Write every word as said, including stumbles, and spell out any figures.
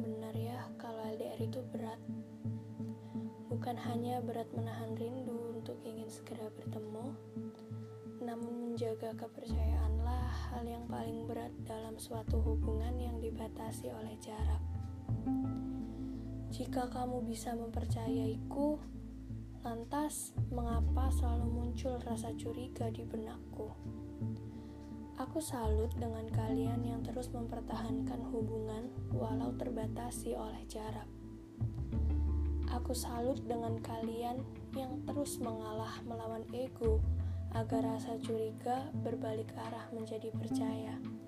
benar ya kalau L D R itu berat. Bukan hanya berat menahan rindu untuk ingin segera bertemu, namun menjaga kepercayaanlah hal yang paling berat dalam suatu hubungan yang dibatasi oleh jarak. Jika kamu bisa mempercayaiku, lantas mengapa selalu muncul rasa curiga di benakku? Aku salut dengan kalian yang terus mempertahankan hubungan walau terbatasi oleh jarak. Aku salut dengan kalian yang terus mengalah melawan ego agar rasa curiga berbalik arah menjadi percaya.